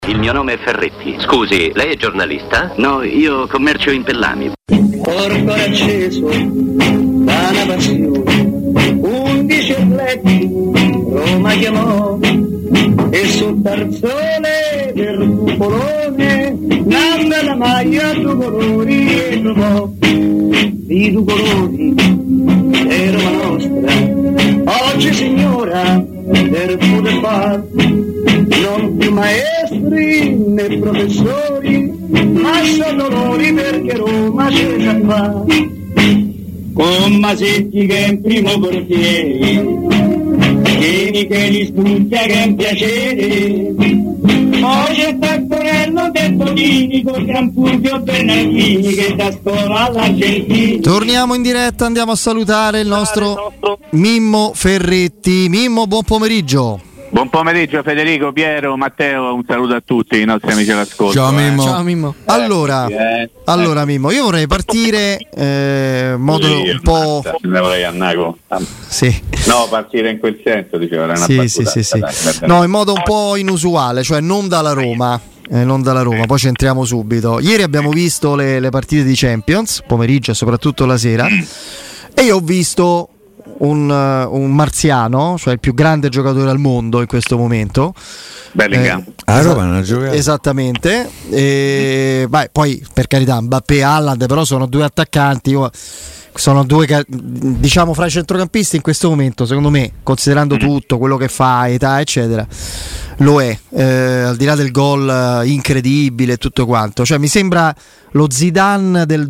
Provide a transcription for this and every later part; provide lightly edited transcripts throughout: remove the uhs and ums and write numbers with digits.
Il mio nome è Ferretti. Scusi, lei è giornalista? No, io commercio in pellami. Corpo acceso da una passione, 11 atleti Roma chiamò e sul tarzone del cupolone nanda la maglia due colori e trovò i due colori è Roma nostra. Oggi signora per poter far non più maestri né professori, ma sono dolori perché Roma c'è già fa. Con Masetti che è in primo portiere, Tieni che li studia che è un piacere, poi c'è Taccorello del Bonini con Gran Fulvio Bernardini che da scuola all'Argentina. Torniamo in diretta, andiamo a salutare il nostro Mimmo Ferretti. Mimmo, buon pomeriggio. Buon pomeriggio Federico, Piero, Matteo, un saluto a tutti i nostri amici all'ascolto. Ciao Mimmo. Ciao Mimmo. Allora Mimmo, io vorrei partire in modo un po'... Sì. No, partire in quel senso, diceva, era una sì. No, in modo un po' inusuale, cioè non dalla Roma. Poi ci entriamo subito. Ieri abbiamo visto le partite di Champions, pomeriggio e soprattutto la sera, e io ho visto un marziano, cioè il più grande giocatore al mondo in questo momento. Bellingham. Roma non ha giocato. Esattamente. Poi per carità Mbappé e Haaland però sono due attaccanti, sono due, diciamo, fra i centrocampisti in questo momento, secondo me, considerando tutto quello che fa, età eccetera, lo è, al di là del gol incredibile e tutto quanto, cioè mi sembra lo Zidane del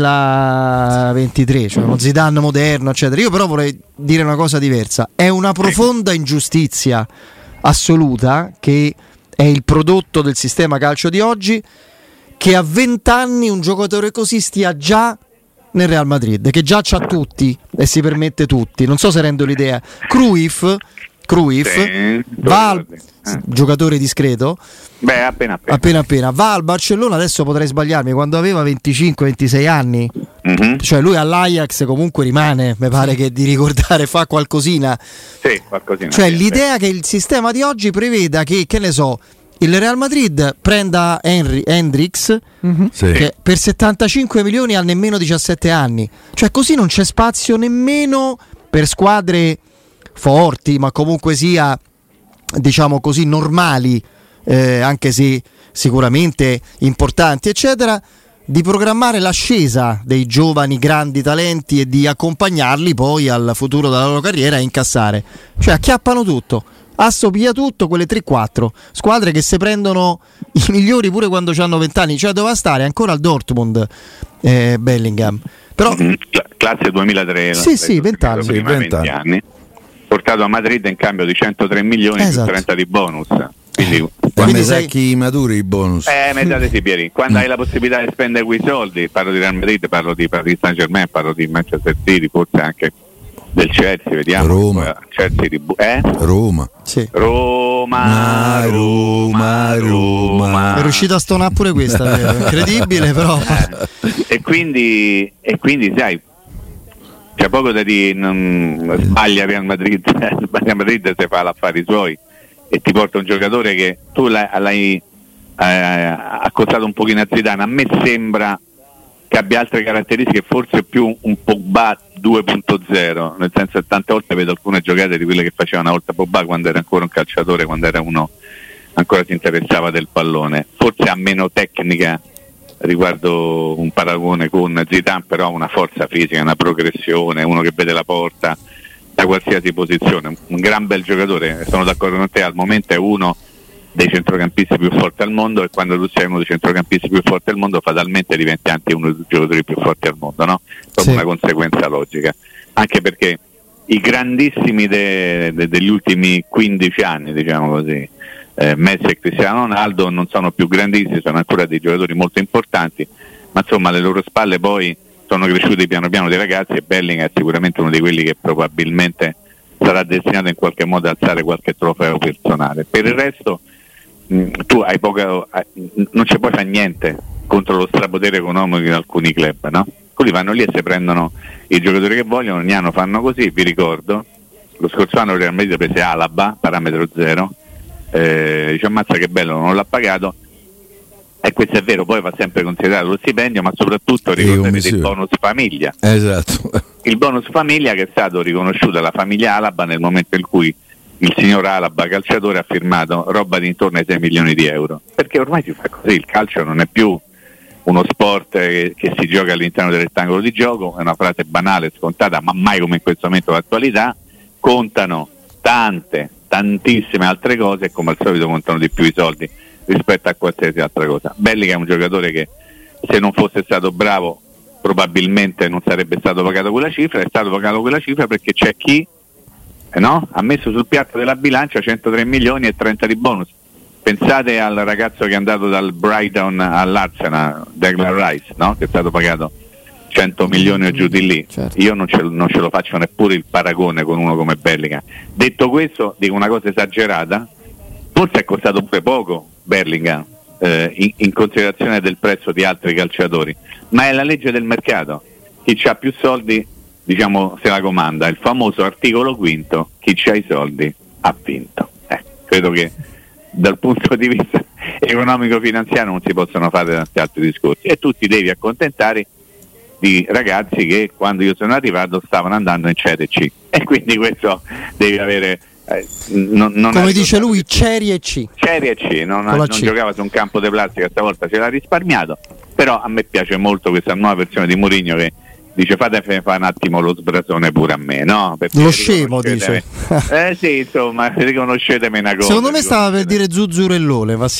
2023, cioè uno Zidane moderno eccetera. Io però vorrei dire una cosa diversa: è una profonda ingiustizia assoluta che è il prodotto del sistema calcio di oggi, che a 20 anni un giocatore così stia già nel Real Madrid, che già c'ha tutti e si permette tutti. Non so se rendo l'idea. Cruyff va giocatore discreto, appena va al Barcellona. Adesso potrei sbagliarmi, quando aveva 25-26 anni, cioè lui all'Ajax comunque rimane, mi pare che di ricordare, fa qualcosina. Sì, qualcosina. Cioè l'idea che il sistema di oggi preveda che ne so, il Real Madrid prenda Hendrix, che per 75 milioni ha nemmeno 17 anni, cioè così non c'è spazio nemmeno per squadre forti, ma comunque sia, diciamo così, normali, anche se sicuramente importanti eccetera, di programmare l'ascesa dei giovani grandi talenti e di accompagnarli poi al futuro della loro carriera e incassare. Cioè acchiappano tutto, assopia tutto, quelle 3-4 squadre che se prendono i migliori pure quando hanno 20 anni, cioè doveva stare ancora al Dortmund Bellingham, però classe 2003, sì, 20 anni, 20 anni, portato a Madrid in cambio di 103 milioni più 30 di bonus. Quindi chi maturi i bonus. Pieri, quando hai la possibilità di spendere quei soldi, parlo di Real Madrid, parlo di Paris Saint-Germain, parlo di Manchester City, forse anche del Chelsea, vediamo. Roma. Chelsea di Roma. Sì. Roma. È riuscito a stonare pure questa, incredibile però. E quindi sai, c'è poco da dire, sbaglia Real Madrid, se fa l'affari suoi e ti porta un giocatore che tu l'hai accostato un pochino a Zidane. A me sembra che abbia altre caratteristiche, forse più un Pogba 2.0, nel senso che tante volte vedo alcune giocate di quelle che faceva una volta Pogba quando era ancora un calciatore, quando era uno ancora si interessava del pallone. Forse ha meno tecnica riguardo un paragone con Zidane, però una forza fisica, una progressione, uno che vede la porta da qualsiasi posizione, un gran bel giocatore. Sono d'accordo con te, al momento è uno dei centrocampisti più forti al mondo, e quando tu sei uno dei centrocampisti più forti al mondo fatalmente diventi anche uno dei giocatori più forti al mondo, no? Proprio una conseguenza logica, anche perché i grandissimi degli ultimi 15 anni, diciamo così, Messi e Cristiano Ronaldo non sono più grandissimi, sono ancora dei giocatori molto importanti, ma insomma alle loro spalle poi sono cresciuti piano piano dei ragazzi, e Bellingham è sicuramente uno di quelli che probabilmente sarà destinato in qualche modo ad alzare qualche trofeo personale. Per il resto tu hai non ci puoi fare niente contro lo strapotere economico di alcuni club, no? Quelli vanno lì e si prendono i giocatori che vogliono, ogni anno fanno così. Vi ricordo, lo scorso anno il Real Madrid prese Alaba, parametro zero, dice ammazza che bello, non l'ha pagato, e questo è vero, poi va sempre considerato lo stipendio, ma soprattutto ricorderete il bonus famiglia. Esatto. Il bonus famiglia che è stato riconosciuto alla famiglia Alaba nel momento in cui il signor Alaba, calciatore, ha firmato roba di intorno ai 6 milioni di euro, perché ormai si fa così, il calcio non è più uno sport che si gioca all'interno del rettangolo di gioco, è una frase banale, scontata, ma mai come in questo momento l'attualità, contano tantissime altre cose, e come al solito contano di più i soldi rispetto a qualsiasi altra cosa. Bellingham è un giocatore che, se non fosse stato bravo, probabilmente non sarebbe stato pagato quella cifra. È stato pagato quella cifra perché c'è chi ha messo sul piatto della bilancia 103 milioni e 30 di bonus. Pensate al ragazzo che è andato dal Brighton all'Arsenal, Declan Rice, no? Che è stato pagato 100 milioni o giù di lì. Certo. Io non ce lo faccio neppure il paragone con uno come Bellingham. Detto questo, dico una cosa esagerata, forse è costato pure poco Bellingham in considerazione del prezzo di altri calciatori, ma è la legge del mercato, chi ha più soldi, diciamo, se la comanda, il famoso articolo quinto, chi ha i soldi ha vinto. Credo che dal punto di vista economico-finanziario non si possono fare tanti altri discorsi, e tu ti devi accontentare di ragazzi che quando io sono arrivato stavano andando in Serie C, e quindi questo devi avere non come dice lui, Serie C, non giocava su un campo di plastica, stavolta ce l'ha risparmiato. Però a me piace molto questa nuova versione di Mourinho che dice fate fare un attimo lo sbrasone pure a me, no? Perché lo scemo dice sì, insomma, riconoscetemi una cosa. Secondo me stava per dire Zuzzurellone, ma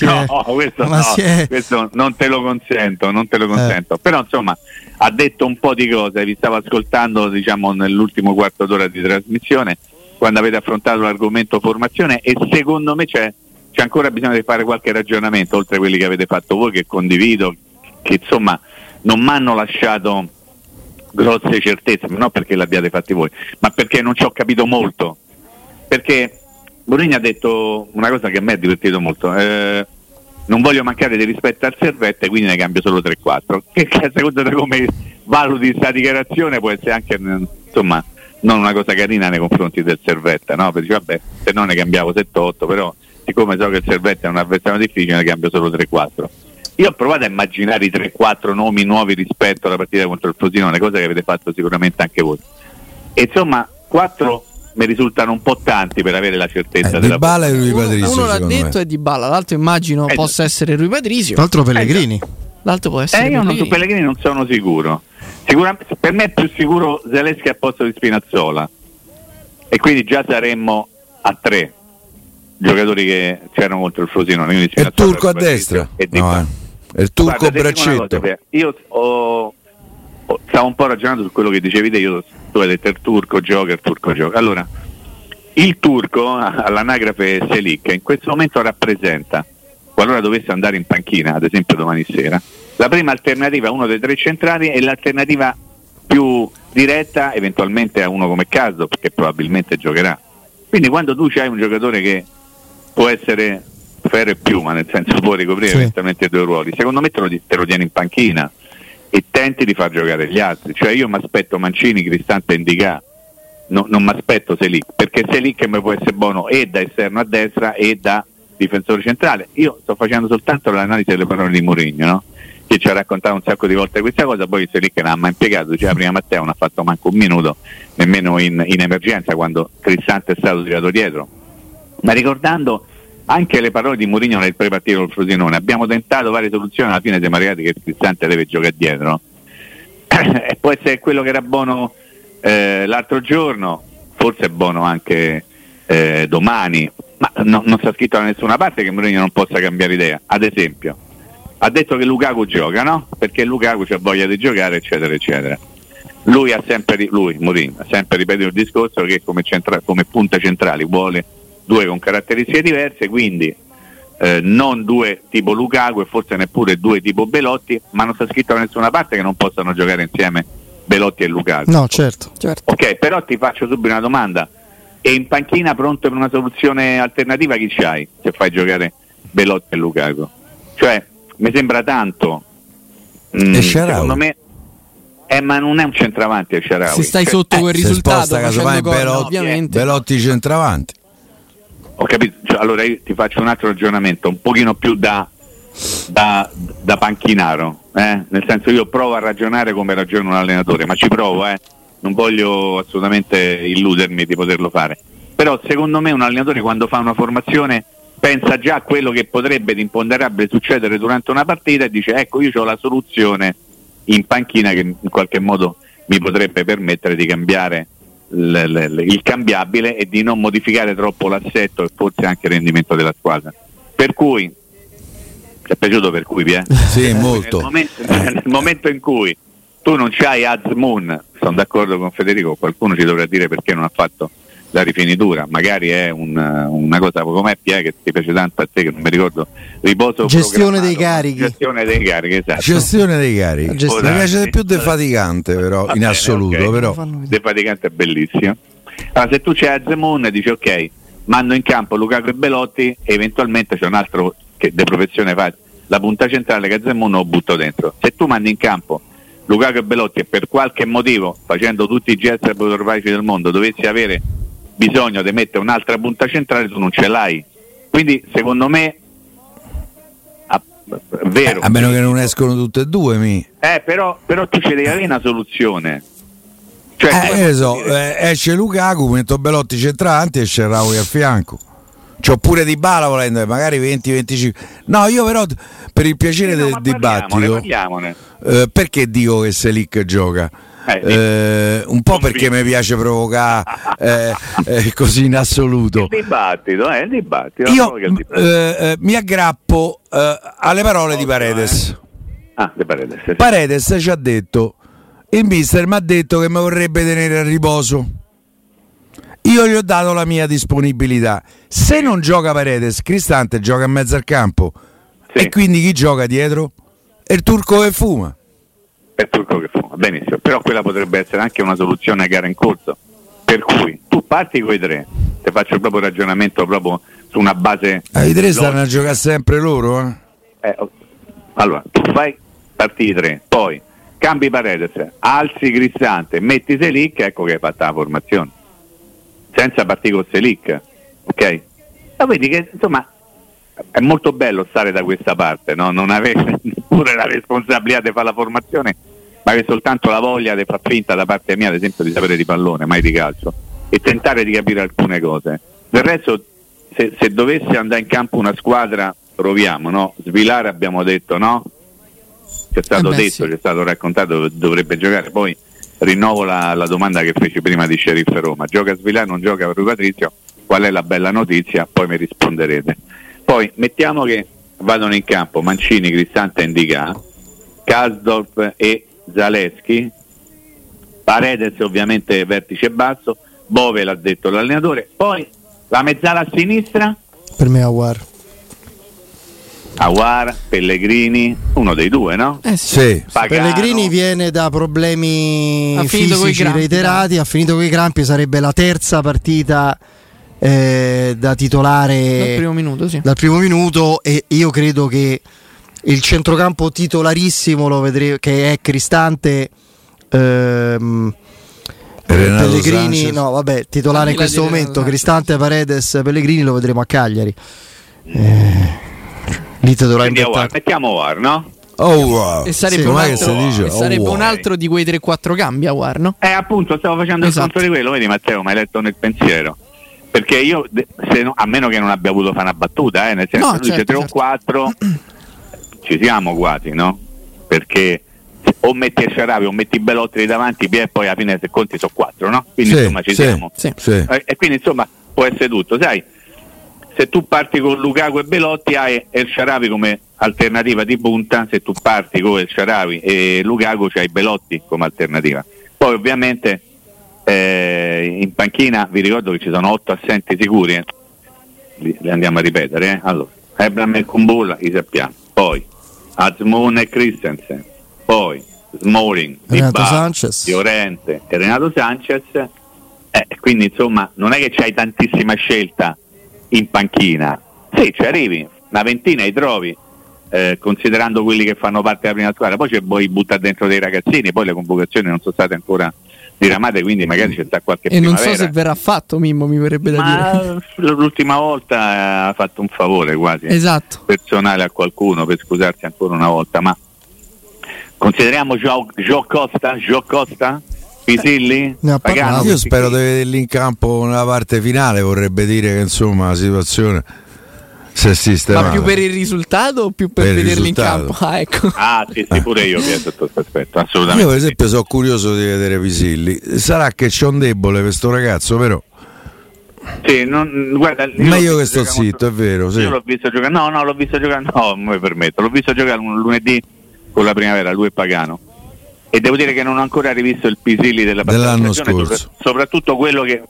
questo non te lo consento, però insomma ha detto un po' di cose. Vi stavo ascoltando, diciamo, nell'ultimo quarto d'ora di trasmissione, quando avete affrontato l'argomento formazione, e secondo me c'è ancora bisogno di fare qualche ragionamento, oltre a quelli che avete fatto voi, che condivido, che insomma non mi hanno lasciato grosse certezze, non perché l'abbiate fatti voi, ma perché non ci ho capito molto. Perché Mourinho ha detto una cosa che a me ha divertito molto, non voglio mancare di rispetto al Servette, quindi ne cambio solo 3-4, che a seconda di come valuti questa dichiarazione può essere anche, insomma, non una cosa carina nei confronti del Servette, no? Perché vabbè, se no ne cambiavo 7-8, però siccome so che il Servette è un avversario difficile, ne cambio solo 3-4. Io ho provato a immaginare i 3-4 nomi nuovi rispetto alla partita contro il Frosinone, cosa che avete fatto sicuramente anche voi, e insomma 4 mi risultano un po' tanti per avere la certezza della Dybala e Rui Patricio. Uno l'ha detto è Dybala, l'altro immagino possa essere Rui Patricio, l'altro Pellegrini. L'altro può essere io su Pellegrini non sono sicuro. Sicuramente per me è più sicuro Zaleschi al posto di Spinazzola, e quindi già saremmo a 3 giocatori che c'erano contro il Frosinone. E il turco a destra, è il turco braccetto. Io stavo un po' ragionando su quello che dicevi te. Tu hai detto il turco gioca. Allora, il turco all'anagrafe Selic in questo momento rappresenta, qualora dovesse andare in panchina, ad esempio domani sera, la prima alternativa a uno dei 3 centrali e l'alternativa più diretta eventualmente a uno come Caso, perché probabilmente giocherà. Quindi quando tu hai un giocatore che può essere ferro e piuma, nel senso può ricoprire eventualmente 2 ruoli, secondo me te lo tieni in panchina e tenti di far giocare gli altri. Cioè io mi aspetto Mancini, Cristante e Ndicà, non mi aspetto Selic, perché Selic mi può essere buono e da esterno a destra e da difensore centrale. Io sto facendo soltanto l'analisi delle parole di Mourinho, no? Che ci ha raccontato un sacco di volte questa cosa, poi Selic non ha mai impiegato, diceva prima Matteo, non ha fatto manco un minuto nemmeno in emergenza quando Cristante è stato tirato dietro. Ma ricordando anche le parole di Mourinho nel pre-partito col Frosinone, abbiamo tentato varie soluzioni, alla fine siamo arrivati che Cristante deve giocare dietro, e può essere quello che era buono l'altro giorno, forse è buono anche domani, ma non sta scritto da nessuna parte che Mourinho non possa cambiare idea. Ad esempio ha detto che Lukaku gioca, no? Perché Lukaku c'ha voglia di giocare, eccetera eccetera. Mourinho ha sempre ripetuto il discorso che come punta centrali vuole 2 con caratteristiche diverse, quindi non 2 tipo Lukaku e forse neppure 2 tipo Belotti, ma non sta scritto da nessuna parte che non possano giocare insieme Belotti e Lukaku. No, certo. Ok, però ti faccio subito una domanda: e in panchina pronto per una soluzione alternativa chi c'hai se fai giocare Belotti e Lukaku? Cioè mi sembra tanto, secondo me, ma non è un centravanti il Shaarawy. Se stai sotto quel risultato facendo gol, ovviamente Belotti centravanti. Ho capito, allora io ti faccio un altro ragionamento, un pochino più da panchinaro, nel senso, io provo a ragionare come ragiona un allenatore, ma ci provo, non voglio assolutamente illudermi di poterlo fare, però secondo me un allenatore quando fa una formazione pensa già a quello che potrebbe di imponderabile succedere durante una partita e dice: ecco, io ho la soluzione in panchina che in qualche modo mi potrebbe permettere di cambiare il cambiabile e di non modificare troppo l'assetto e forse anche il rendimento della squadra. Per cui ti è piaciuto per cui Pie? Sì, molto. Nel momento in cui tu non c'hai Azmoun, sono d'accordo con Federico, qualcuno ci dovrà dire perché non ha fatto la rifinitura, magari è una cosa come Pie che ti piace tanto a te, che non mi ricordo, riposo, gestione dei carichi, esatto. Gestione dei carichi, mi piace più defaticante, però in assoluto, okay. Però defaticante è bellissimo. Allora, se tu c'hai Azmoun dici ok, mando in campo Lukaku e Belotti e eventualmente c'è un altro che di professione fa la punta centrale che Azmoun lo butto dentro. Se tu mandi in campo Lukaku e Belotti e per qualche motivo, facendo tutti i gesti acrobatici del mondo, dovessi avere bisogno di mettere un'altra punta centrale, tu non ce l'hai. Quindi secondo me vero, a meno che non escono tutte e due però tu ci devi avere una soluzione, cioè, esce Lukaku, metto Belotti centrante e esce Raui a fianco. C'ho pure Dybala volendo, magari 20-25. No, io però per il piacere del dibattito parliamone. Perché dico che Selic gioca? Un po' perché mi piace provocare così in assoluto. Il dibattito. Io mi aggrappo alle parole di Paredes. Di Paredes, sì. Paredes ci ha detto: il mister mi ha detto che mi vorrebbe tenere a riposo. Io gli ho dato la mia disponibilità. Se non gioca Paredes, Cristante gioca in mezzo al campo, sì. E quindi chi gioca dietro? È il turco che fuma. È il turco che fuma, benissimo. Però quella potrebbe essere anche una soluzione a gara in corso. Per cui tu parti con i tre, ti faccio proprio ragionamento proprio su una base. I tre stanno a giocare sempre loro, Allora, tu fai partire i tre, poi cambi Paredes, alzi Cristante, metti Selic, ecco che hai fatto la formazione. Senza partire con Selic, ok? Ma vedi che insomma è molto bello stare da questa parte, no? Non avere neppure la responsabilità di fare la formazione, ma avere soltanto la voglia di far finta da parte mia, ad esempio, di sapere di pallone, mai di calcio, e tentare di capire alcune cose. Del resto, se dovesse andare in campo una squadra, proviamo, no? Svilare abbiamo detto no? C'è stato detto, sì. C'è stato raccontato, dovrebbe giocare, poi rinnovo la domanda che feci prima di Sheriff Roma: gioca Svilare, non gioca Rui Patrizio? Qual è la bella notizia? Poi mi risponderete. Poi mettiamo che vadano in campo Mancini, Cristante e Ndicà, Kasdorp e Zalewski, Paredes ovviamente vertice basso, Bove l'ha detto l'allenatore, poi la mezzala a sinistra per me Aouar, Pellegrini, uno dei due, no? Sì. Pellegrini viene da problemi fisici reiterati, ha finito con i crampi, sarebbe la terza partita da titolare dal primo minuto, e io credo che il centrocampo titolarissimo lo vedremo, che è Cristante, Pellegrini, Sanchez. No vabbè, titolare in questo momento Cristante, Paredes, Pellegrini, lo vedremo a Cagliari. Mettiamo Aouar, no? Wow. E sarebbe, un altro di quei 3-4 cambi Aouar, no? Appunto, stavo facendo il conto di quello, vedi Matteo, mi hai letto nel pensiero. Perché io, a meno che non abbia voluto fare una battuta, nel senso, dice 3 o 4, ci siamo quasi, no? Perché o metti Sharawi o metti Belotti davanti, e poi alla fine se conti sono 4, no? Quindi insomma ci siamo. Sì. E quindi insomma può essere tutto, sai? Se tu parti con Lukaku e Belotti hai El Shaarawy come alternativa di punta, se tu parti con El Shaarawy e Lukaku c'hai Belotti come alternativa. Poi ovviamente in panchina vi ricordo che ci sono 8 assenti sicuri, li andiamo a ripetere. Allora, Abraham e Kumbulla, li sappiamo, poi Azmoun e Christensen, poi Smalling, Renato Sanchez, Llorente e Renato Sanchez, quindi insomma non è che c'hai tantissima scelta in panchina. Sì, ci arrivi, una ventina li trovi, considerando quelli che fanno parte della prima squadra. Poi c'è poi buttare dentro dei ragazzini, poi le convocazioni non sono state ancora diramate, quindi magari c'è sta qualche primavera. Non so se verrà fatto, Mimmo, mi verrebbe da dire. L'ultima volta ha fatto un favore quasi personale a qualcuno per scusarsi ancora una volta, ma consideriamo Gio Costa? Pisilli? Pagano, io spero di vederli in campo nella parte finale, vorrebbe dire che insomma la situazione si è sistemata. Ma più per il risultato o più per vederli in campo? Ecco. Sì, pure io chiedo sotto questo aspetto, assolutamente. Io per esempio sono curioso di vedere Pisilli. Sarà che c'è un debole per sto ragazzo, però. Sì, guarda, meglio che sto zitto, è vero. Sì. Io l'ho visto giocare, l'ho visto giocare, non mi permetto, l'ho visto giocare un lunedì con la primavera, lui è Pagano. E devo dire che non ho ancora rivisto il Pisilli dell'anno scorso, soprattutto quello che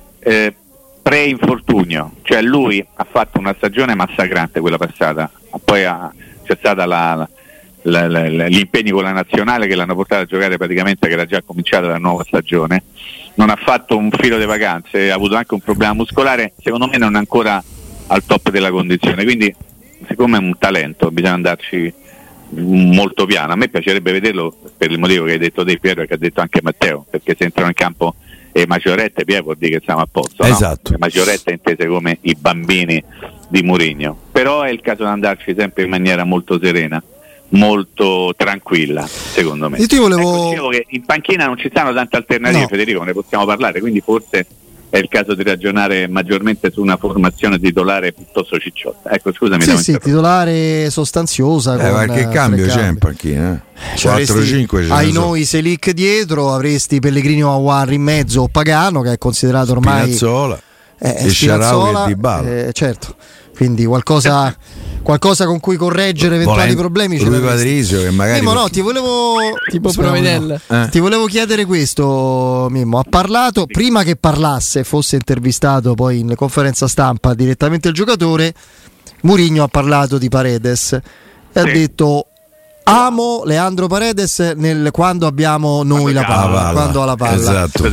pre-infortunio, cioè lui ha fatto una stagione massacrante quella passata, poi c'è stata gli impegni con la nazionale che l'hanno portato a giocare praticamente che era già cominciata la nuova stagione, non ha fatto un filo di vacanze, ha avuto anche un problema muscolare, secondo me non è ancora al top della condizione, quindi siccome è un talento bisogna andarci molto piano. A me piacerebbe vederlo per il motivo che hai detto te, Piero, e che ha detto anche Matteo, perché se entrano in campo e Maciorette, Piero, vuol dire che siamo a posto, esatto. No? Maciorette intese come i bambini di Mourinho, però è il caso di andarci sempre in maniera molto serena, molto tranquilla, secondo me. Io ti volevo... dicevo che in panchina non ci stanno tante alternative, Federico, ne possiamo parlare, quindi forse è il caso di ragionare maggiormente su una formazione titolare piuttosto cicciotta. Ecco, scusami. Sì, titolare sostanziosa. Qualche cambio c'è in panchina. 4-5 hai noi Selic dietro, avresti Pellegrini o Aouar in mezzo o Pagano, che è considerato ormai Spinazzola e Shaarawy e Dybala. Certo, quindi qualcosa con cui correggere eventuali problemi. Lui Patrizio che magari Mimmo, ti volevo tipo Provedel. Ti volevo chiedere questo, Mimmo. Ha parlato prima che parlasse, fosse intervistato poi in conferenza stampa direttamente il giocatore. Mourinho ha parlato di Paredes e ha detto: amo Leandro Paredes quando abbiamo noi la palla, quando ha la palla. Esatto.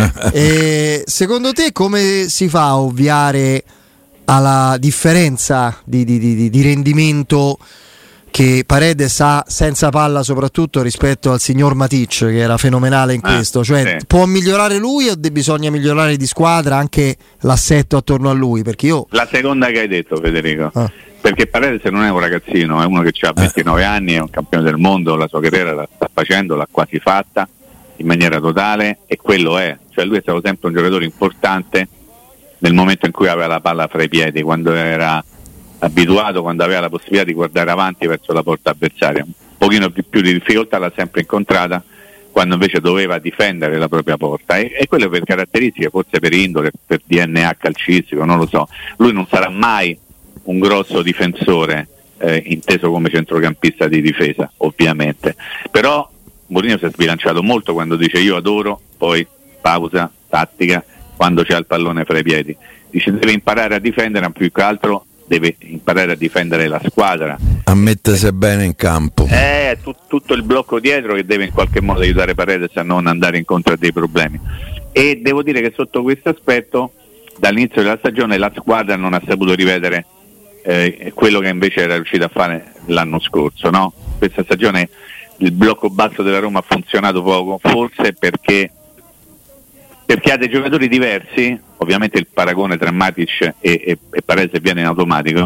E secondo te come si fa a ovviare alla differenza di rendimento che Paredes ha senza palla, soprattutto rispetto al signor Matic, che era fenomenale in questo? Cioè, può migliorare lui o bisogna migliorare di squadra anche l'assetto attorno a lui? Perché io... La seconda che hai detto, Federico, perché Paredes non è un ragazzino, è uno che ha 29 anni, è un campione del mondo, la sua carriera la sta facendo, l'ha quasi fatta in maniera totale, e quello è, cioè lui è stato sempre un giocatore importante nel momento in cui aveva la palla fra i piedi, quando era abituato, quando aveva la possibilità di guardare avanti verso la porta avversaria. Un pochino più di difficoltà l'ha sempre incontrata quando invece doveva difendere la propria porta, e quello per caratteristiche, forse per indole, per DNA calcistico, non lo so. Lui non sarà mai un grosso difensore, inteso come centrocampista di difesa, ovviamente, però Mourinho si è sbilanciato molto quando dice io adoro, poi pausa, tattica, quando c'è il pallone fra i piedi, dice deve imparare a difendere, ma più che altro deve imparare a difendere la squadra, a mettersi bene in campo, tutto il blocco dietro che deve in qualche modo aiutare Paredes a non andare incontro a dei problemi. E devo dire che sotto questo aspetto dall'inizio della stagione la squadra non ha saputo rivedere quello che invece era riuscita a fare l'anno scorso, no? Questa stagione il blocco basso della Roma ha funzionato poco, forse perché ha dei giocatori diversi. Ovviamente il paragone tra Matic e Paredes viene in automatico.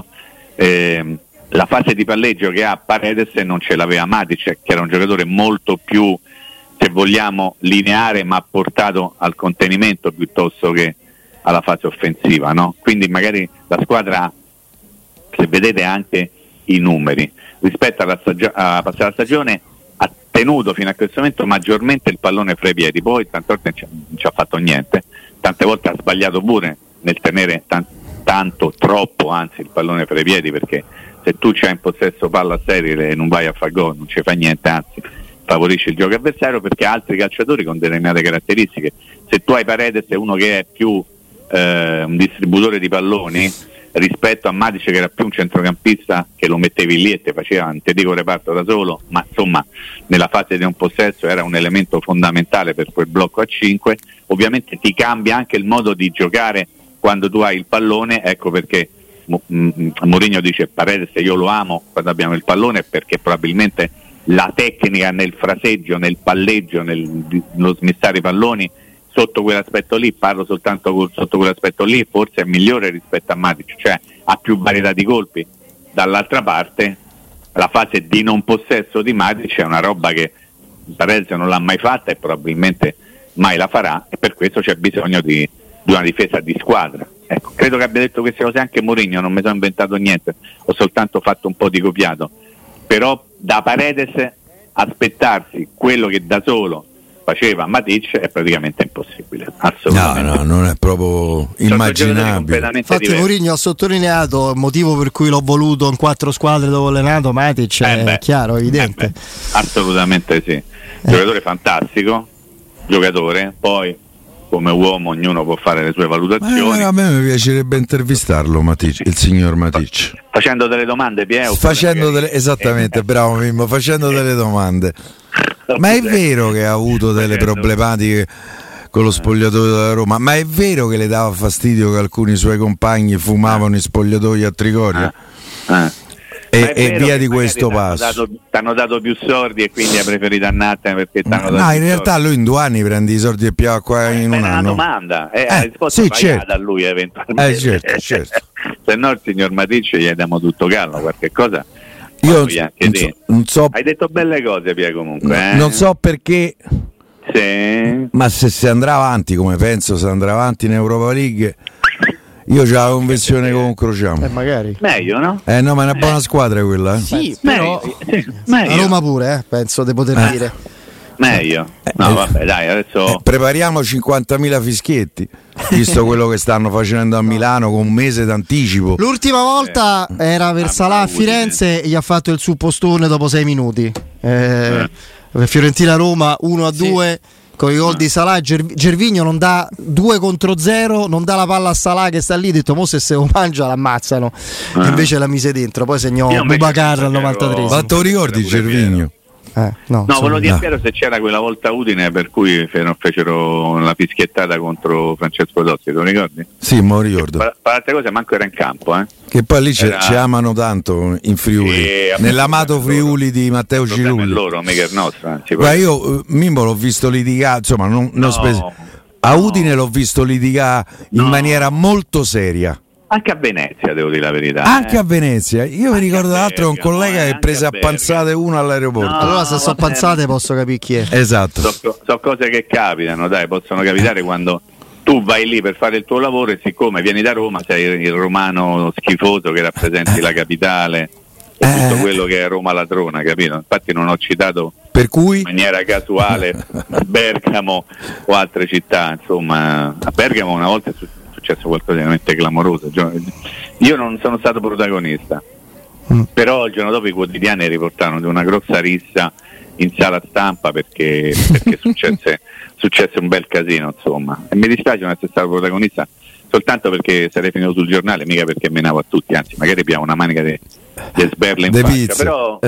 La fase di palleggio che ha Paredes non ce l'aveva Matic, che era un giocatore molto più, se vogliamo, lineare, ma portato al contenimento piuttosto che alla fase offensiva, no? Quindi magari la squadra, se vedete anche i numeri, rispetto alla passata stagione ha tenuto fino a questo momento maggiormente il pallone fra i piedi, poi tante volte non ci ha fatto niente, tante volte ha sbagliato pure nel tenere tanto, troppo anzi il pallone fra i piedi, perché se tu c'hai in possesso palla sterile e non vai a fare gol non ci fa niente, anzi favorisce il gioco avversario, perché altri calciatori con determinate caratteristiche, se tu hai Paredes è uno che è più un distributore di palloni rispetto a Matic che era più un centrocampista che lo mettevi lì e te faceva, non ti dico reparto da solo, ma insomma nella fase di un possesso era un elemento fondamentale per quel blocco a 5. Ovviamente ti cambia anche il modo di giocare quando tu hai il pallone, ecco perché Mourinho dice Paredes io lo amo quando abbiamo il pallone, perché probabilmente la tecnica nel fraseggio, nel palleggio, nello smistare i palloni sotto quell'aspetto lì, parlo soltanto sotto quell'aspetto lì, forse è migliore rispetto a Matic, cioè ha più varietà di colpi. Dall'altra parte la fase di non possesso di Matic è una roba che Paredes non l'ha mai fatta e probabilmente mai la farà, e per questo c'è bisogno di una difesa di squadra. Ecco, credo che abbia detto queste cose anche Mourinho, non mi sono inventato niente, ho soltanto fatto un po' di copiato. Però da Paredes aspettarsi quello che da solo faceva Matic è praticamente impossibile, assolutamente. No, non è proprio immaginabile. Infatti Mourinho ha sottolineato il motivo per cui l'ho voluto in 4 squadre dopo allenato Matic, è chiaro, evidente. Assolutamente sì, giocatore fantastico, giocatore, poi come uomo ognuno può fare le sue valutazioni. A me mi piacerebbe intervistarlo Matic, il signor Matic. Facendo delle domande, Piero. Esattamente, bravo Mimmo, facendo delle domande. Ma è vero che ha avuto delle problematiche con lo spogliatoio della Roma? Ma è vero che le dava fastidio che alcuni suoi compagni fumavano in spogliatoi a Trigoria? E via di questo passo. T'hanno dato più soldi e quindi hai preferito annartene perché t'hanno dato. No, in realtà soldi. Lui in 2 anni prende i soldi e più qua in un anno. È una domanda, ha risposto certo. A lui eventualmente. Certo. Se no il signor Matic gli diamo tutto calmo, qualche cosa. Io non so. Hai detto belle cose, Pia, comunque. Non so perché. Sì. Ma se andrà avanti, come penso se andrà avanti in Europa League, io c'ho la convenzione con Crociamo. Magari. Meglio, no? No, ma è una buona squadra quella. Sì, però meglio. A Roma pure, penso di poter dire. Meglio. No, vabbè, dai, adesso prepariamo 50.000 fischietti, visto quello che stanno facendo a Milano con un mese d'anticipo. L'ultima volta era per Salah a Firenze e gli ha fatto il suppostone dopo 6 minuti. Fiorentina-Roma 1-2 con i gol di Salah. Gervinho non dà 2-0, non dà la palla a Salah che sta lì, ha detto mo se lo mangia l'ammazzano, e invece la mise dentro, poi segnò Boubacar al 93. Ma te lo ricordi Gervinho? No, volevo dire Piero se c'era quella volta Udine per cui fecero la fischiettata contro Francesco Totti, te lo ricordi? Sì, me lo ricordo. Per altre cose manco era in campo, Che poi lì ci amano tanto in Friuli, sì, nell'amato Friuli di Matteo Cirulli. Loro, mica il nostro. Ma io Mimmo l'ho visto litigare, insomma, a Udine l'ho visto litigare in maniera molto seria. Anche a Venezia, devo dire la verità. Anche a Venezia. Io mi ricordo tra l'altro un collega che prese a panzate uno all'aeroporto. Allora se sono panzate posso capire chi è. Esatto. So cose che capitano, dai, possono capitare quando tu vai lì per fare il tuo lavoro e siccome vieni da Roma sei il romano schifoso che rappresenti la capitale e tutto quello che è Roma ladrona, capito? Infatti non ho citato per cui? In maniera casuale Bergamo o altre città, insomma. A Bergamo una volta è successo qualcosa di veramente clamoroso. Io non sono stato protagonista, però il giorno dopo i quotidiani riportarono di una grossa rissa in sala stampa perché successe un bel casino, insomma, e mi dispiace non essere stato protagonista soltanto perché sarei finito sul giornale, mica perché menavo a tutti, anzi magari abbiamo una manica di sberle in faccia, però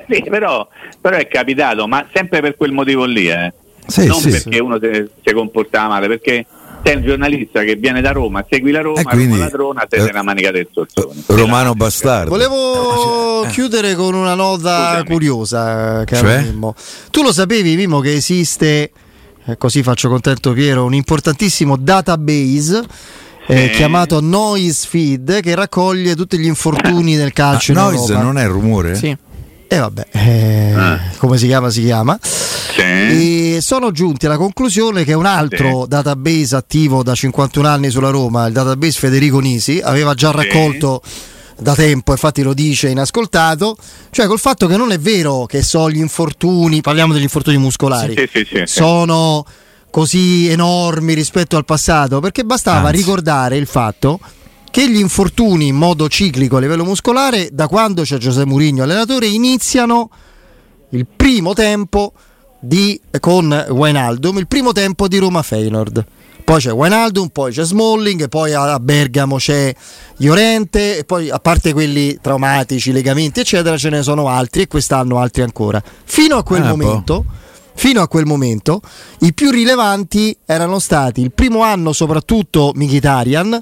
è capitato, ma sempre per quel motivo lì, non perché uno si comportava male, perché sei un giornalista che viene da Roma, segui la Roma, quindi, Roma ladrona, sei nella manica del Sorzone. Romano bastardo. Volevo chiudere con una nota curiosa, caro Mimmo. Tu lo sapevi, Mimmo, che esiste, così faccio contento Piero, un importantissimo database chiamato Noise Feed che raccoglie tutti gli infortuni del calcio in Noise Europa. Non è rumore? Sì. Come si chiama? E sono giunti alla conclusione che un altro database attivo da 51 anni sulla Roma, il database Federico Nisi, aveva già raccolto da tempo, infatti lo dice inascoltato, cioè col fatto che non è vero che gli infortuni, parliamo degli infortuni muscolari, sono così enormi rispetto al passato, perché bastava ricordare il fatto che gli infortuni in modo ciclico a livello muscolare, da quando c'è José Mourinho allenatore, iniziano il primo tempo con Wijnaldum, il primo tempo di Roma-Feyenoord. Poi c'è Wijnaldum, poi c'è Smalling, poi a Bergamo c'è Llorente, e poi a parte quelli traumatici, legamenti eccetera, ce ne sono altri, e quest'anno altri ancora. Fino a quel momento i più rilevanti erano stati il primo anno soprattutto Mkhitaryan,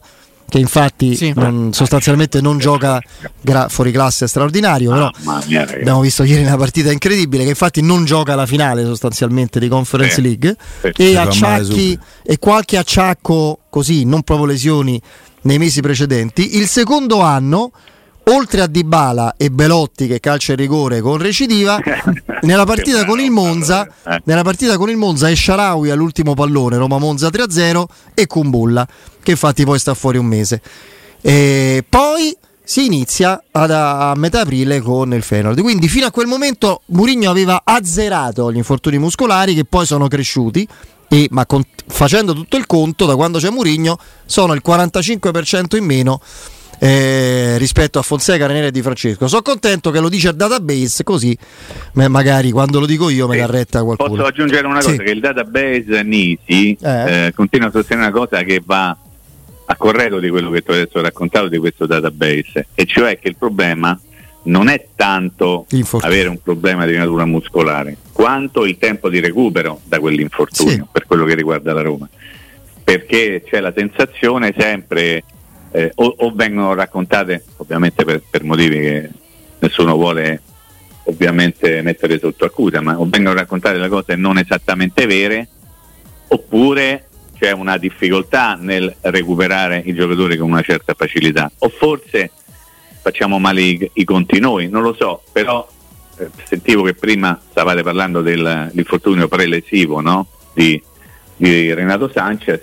che infatti sostanzialmente non gioca fuori classe straordinario, però abbiamo visto ieri una partita incredibile, che infatti non gioca la finale sostanzialmente di Conference League, e acciacchi e qualche acciacco così, non proprio lesioni nei mesi precedenti. Il secondo anno, oltre a Dybala e Belotti che calcia il rigore con recidiva, nella partita con il Monza è Shaarawy all'ultimo pallone, Roma-Monza 3-0, e Kumbulla che infatti poi sta fuori un mese. E poi si inizia a metà aprile con il Feyenoord. Quindi fino a quel momento Mourinho aveva azzerato gli infortuni muscolari, che poi sono cresciuti, ma facendo tutto il conto, da quando c'è Mourinho sono il 45% in meno rispetto a Fonseca, Ranieri e Di Francesco. Sono contento che lo dice il database, così magari quando lo dico io me dà retta qualcuno. Posso aggiungere una cosa, che il database Nisi continua a sostenere una cosa che va a corredo di quello che tu adesso hai raccontato di questo database, e cioè che il problema non è tanto avere un problema di natura muscolare quanto il tempo di recupero da quell'infortunio, per quello che riguarda la Roma, perché c'è la sensazione sempre o vengono raccontate, ovviamente per motivi che nessuno vuole ovviamente mettere sotto accusa, ma o vengono raccontate le cose non esattamente vere, oppure c'è una difficoltà nel recuperare i giocatori con una certa facilità, o forse facciamo male i conti noi, non lo so, però sentivo che prima stavate parlando dell'infortunio prelesivo, no? di Renato Sanchez.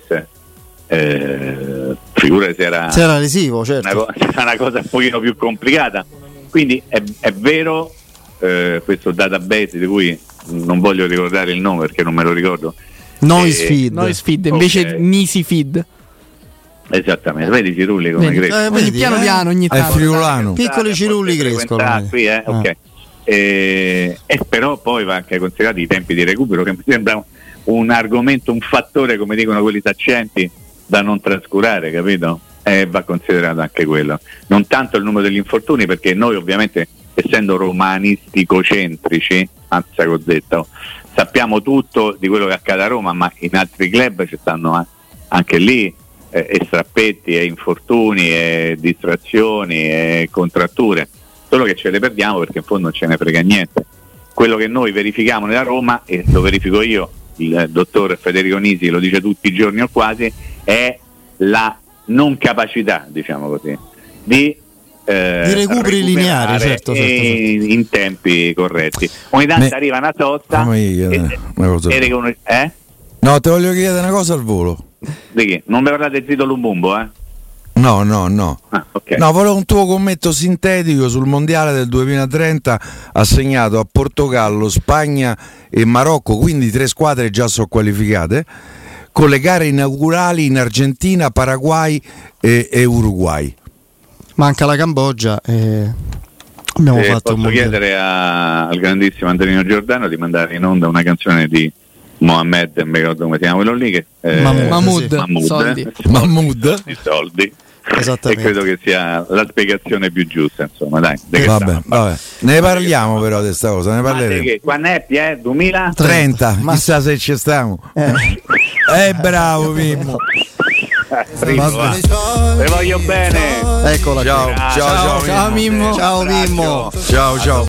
Figura se era lesivo, certo. Una cosa un pochino più complicata, quindi è vero, questo database di cui non voglio ricordare il nome perché non me lo ricordo, Noise Feed invece Nisi Feed. Esattamente, vedi Cirulli come crescono, piano ogni tanto, è friulano, piccoli Cirulli crescono qui, ok. E però poi va anche considerato i tempi di recupero, che mi sembra un argomento, un fattore, come dicono quelli saccenti, da non trascurare, capito? Va considerato anche quello, non tanto il numero degli infortuni, perché noi ovviamente, essendo romanistico-centrici, anzi cos'detto, sappiamo tutto di quello che accade a Roma, ma in altri club ci stanno anche lì e strappetti, e infortuni, e distrazioni, e contratture, solo che ce le perdiamo perché in fondo non ce ne frega niente. Quello che noi verifichiamo nella Roma, e lo verifico io, il dottor Federico Nisi lo dice tutti i giorni o quasi, è la non capacità, diciamo così, di recuperi lineari, certo. In tempi corretti. Ogni tanto arriva una sosta No, te voglio chiedere una cosa al volo. Di chi? Non mi parlate zitto Lumbumbo, No. Okay. No, volevo un tuo commento sintetico sul mondiale del 2030 assegnato a Portogallo, Spagna e Marocco, quindi 3 squadre già sono qualificate, con le gare inaugurali in Argentina, Paraguay e Uruguay. Manca la Cambogia. Abbiamo fatto posso chiedere al grandissimo Antonino Giordano di mandare in onda una canzone di Mohamed, non mi ricordo come si chiama quello lì, che Mahmood. I soldi. Esattamente. E credo che sia la spiegazione più giusta, insomma, dai. Vabbè. Ne parliamo però di questa cosa, ne parleremo. Quando è 2030? Chissà se ci stiamo. Bravo Mimmo. Vi voglio bene. Eccola. Ciao Mimmo. Ciao Mimmo. Ciao.